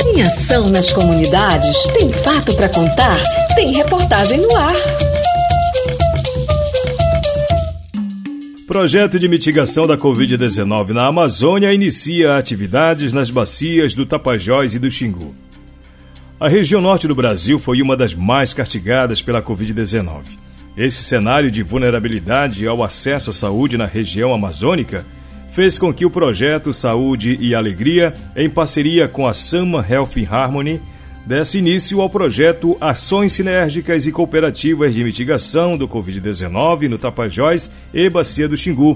Tem ação nas comunidades? Tem fato para contar? Tem reportagem no ar. Projeto de mitigação da Covid-19 na Amazônia inicia atividades nas bacias do Tapajós e do Xingu. A região norte do Brasil foi uma das mais castigadas pela Covid-19. Esse cenário de vulnerabilidade ao acesso à saúde na região amazônica fez com que o projeto Saúde e Alegria, em parceria com a Sama Health in Harmony, desse início ao projeto Ações Sinérgicas e Cooperativas de Mitigação do Covid-19 no Tapajós e Bacia do Xingu.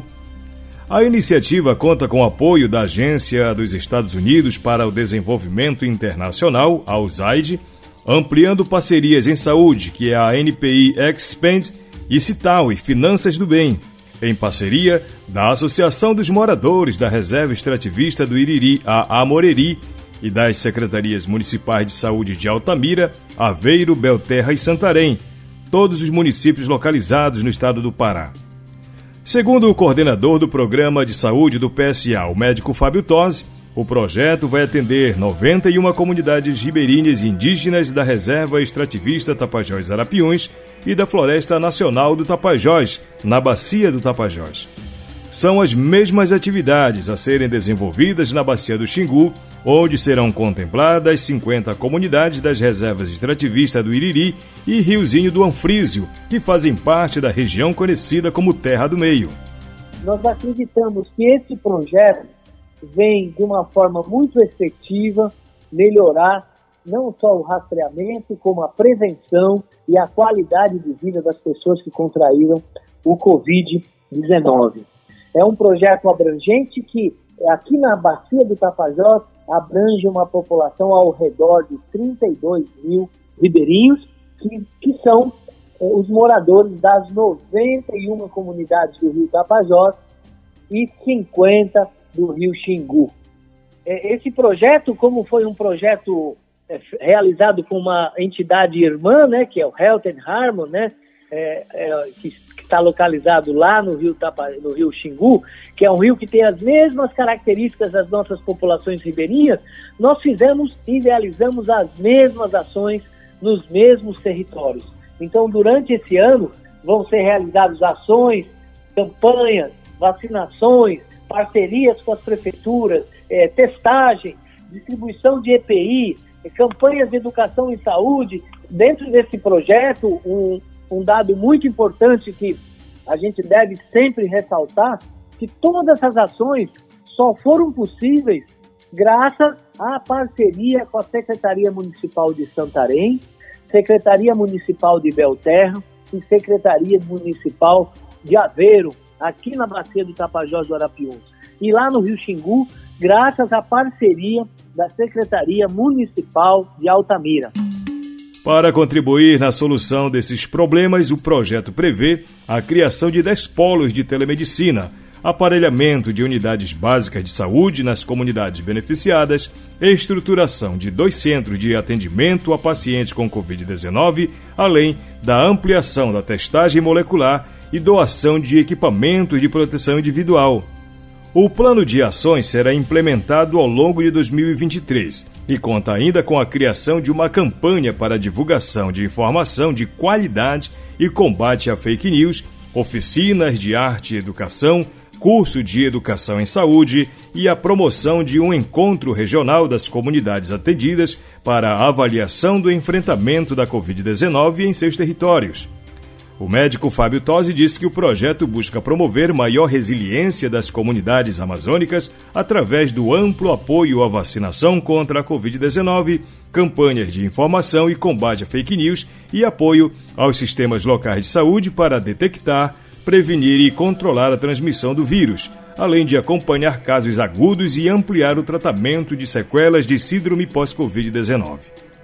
A iniciativa conta com o apoio da Agência dos Estados Unidos para o Desenvolvimento Internacional, a USAID, ampliando parcerias em saúde, que é a NPI Expand, e Cital e Finanças do Bem, em parceria da Associação dos Moradores da Reserva Extrativista do Iriri, a Amoreri, e das Secretarias Municipais de Saúde de Altamira, Aveiro, Belterra e Santarém, todos os municípios localizados no estado do Pará. Segundo o coordenador do Programa de Saúde do PSA, o médico Fábio Tosi, o projeto vai atender 91 comunidades ribeirinhas e indígenas da Reserva Extrativista Tapajós Arapiuns e da Floresta Nacional do Tapajós, na Bacia do Tapajós. São as mesmas atividades a serem desenvolvidas na Bacia do Xingu, onde serão contempladas 50 comunidades das reservas extrativistas do Iriri e Riozinho do Anfrísio, que fazem parte da região conhecida como Terra do Meio. Nós acreditamos que esse projeto vem de uma forma muito efetiva melhorar não só o rastreamento, como a prevenção e a qualidade de vida das pessoas que contraíram o Covid-19. É um projeto abrangente que, aqui na Bacia do Tapajós, abrange uma população ao redor de 32 mil ribeirinhos, que são os moradores das 91 comunidades do Rio Tapajós e 50 do Rio Xingu. Esse projeto, como foi um projeto realizado com uma entidade irmã, né, que é o Health and Harmony, né, que está localizado lá no Rio Xingu, que é um rio que tem as mesmas características das nossas populações ribeirinhas, nós fizemos e realizamos as mesmas ações nos mesmos territórios. Então, durante esse ano, vão ser realizadas ações, campanhas, vacinações, parcerias com as prefeituras, testagem, distribuição de EPI, campanhas de educação em saúde. Dentro desse projeto, um dado muito importante que a gente deve sempre ressaltar, que todas as ações só foram possíveis graças à parceria com a Secretaria Municipal de Santarém, Secretaria Municipal de Belterra e Secretaria Municipal de Aveiro, aqui na Bacia do Tapajós do Arapiuns. E lá no Rio Xingu, graças à parceria da Secretaria Municipal de Altamira. Para contribuir na solução desses problemas, o projeto prevê a criação de 10 polos de telemedicina, aparelhamento de unidades básicas de saúde nas comunidades beneficiadas, estruturação de 2 centros de atendimento a pacientes com Covid-19, além da ampliação da testagem molecular e doação de equipamentos de proteção individual. O plano de ações será implementado ao longo de 2023 e conta ainda com a criação de uma campanha para divulgação de informação de qualidade e combate a fake news, oficinas de arte e educação, curso de educação em saúde e a promoção de um encontro regional das comunidades atendidas para a avaliação do enfrentamento da Covid-19 em seus territórios. O médico Fábio Tosi disse que o projeto busca promover maior resiliência das comunidades amazônicas através do amplo apoio à vacinação contra a Covid-19, campanhas de informação e combate a fake news e apoio aos sistemas locais de saúde para detectar, prevenir e controlar a transmissão do vírus, além de acompanhar casos agudos e ampliar o tratamento de sequelas de síndrome pós-Covid-19.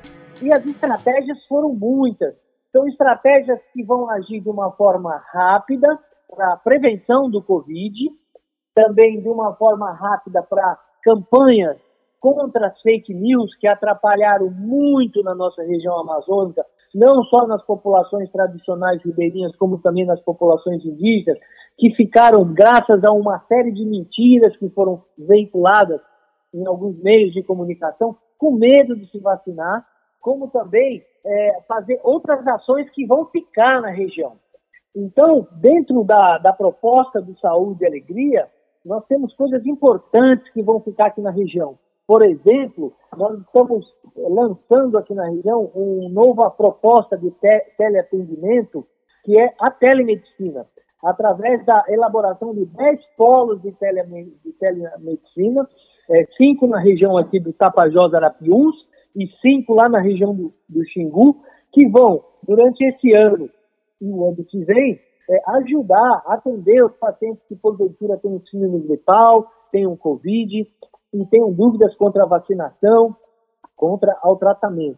E as estratégias foram muitas. São estratégias que vão agir de uma forma rápida para a prevenção do Covid, também de uma forma rápida para campanhas contra as fake news que atrapalharam muito na nossa região amazônica, não só nas populações tradicionais ribeirinhas, como também nas populações indígenas, que ficaram graças a uma série de mentiras que foram veiculadas em alguns meios de comunicação, com medo de se vacinar, como também fazer outras ações que vão ficar na região. Então, dentro da proposta do Saúde e Alegria, nós temos coisas importantes que vão ficar aqui na região. Por exemplo, nós estamos lançando aqui na região uma nova proposta de teleatendimento, que é a telemedicina, através da elaboração de 10 polos de telemedicina, 5 na região aqui do Tapajós, Arapiuns, e 5 lá na região do Xingu, que vão, durante esse ano e o ano que vem, ajudar a atender os pacientes que, porventura, têm síndrome gripal, tenham Covid e tenham dúvidas contra a vacinação, contra o tratamento.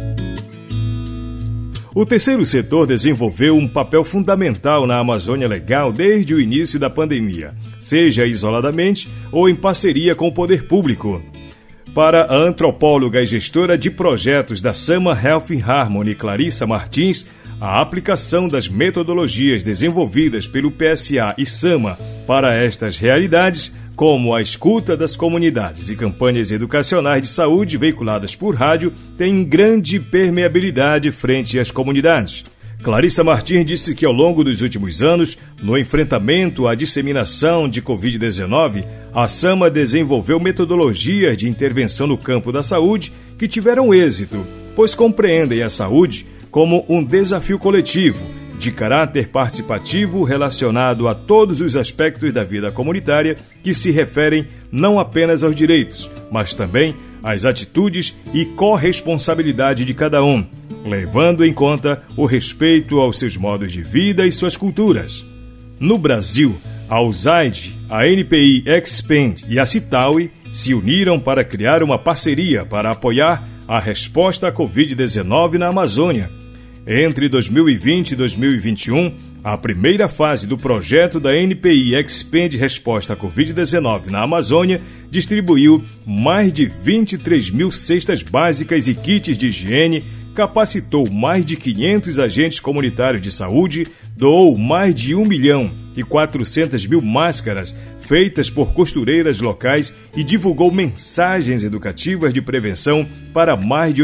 O terceiro setor desenvolveu um papel fundamental na Amazônia Legal desde o início da pandemia, seja isoladamente ou em parceria com o poder público. Para a antropóloga e gestora de projetos da Sama Health Harmony, Clarissa Martins, a aplicação das metodologias desenvolvidas pelo PSA e Sama para estas realidades, como a escuta das comunidades e campanhas educacionais de saúde veiculadas por rádio, tem grande permeabilidade frente às comunidades. Clarissa Martins disse que ao longo dos últimos anos, no enfrentamento à disseminação de Covid-19, a Sama desenvolveu metodologias de intervenção no campo da saúde que tiveram êxito, pois compreendem a saúde como um desafio coletivo, de caráter participativo relacionado a todos os aspectos da vida comunitária que se referem não apenas aos direitos, mas também às atitudes e corresponsabilidade de cada um, levando em conta o respeito aos seus modos de vida e suas culturas. No Brasil, a USAID, a NPI Expand e a Citaui se uniram para criar uma parceria para apoiar a resposta à Covid-19 na Amazônia. Entre 2020 e 2021, a primeira fase do projeto da NPI Expand Resposta à Covid-19 na Amazônia distribuiu mais de 23 mil cestas básicas e kits de higiene, capacitou mais de 500 agentes comunitários de saúde, doou mais de 1.400.000 máscaras feitas por costureiras locais e divulgou mensagens educativas de prevenção para mais de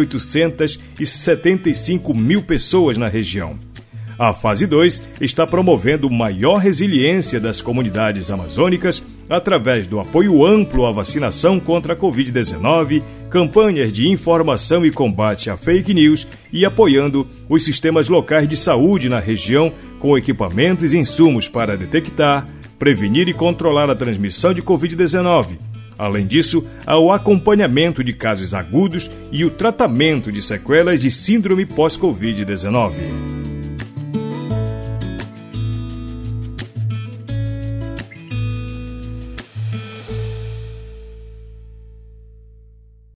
875 mil pessoas na região. A fase 2 está promovendo maior resiliência das comunidades amazônicas através do apoio amplo à vacinação contra a Covid-19, campanhas de informação e combate à fake news e apoiando os sistemas locais de saúde na região com equipamentos e insumos para detectar, prevenir e controlar a transmissão de Covid-19. Além disso, há o acompanhamento de casos agudos e o tratamento de sequelas de síndrome pós-Covid-19.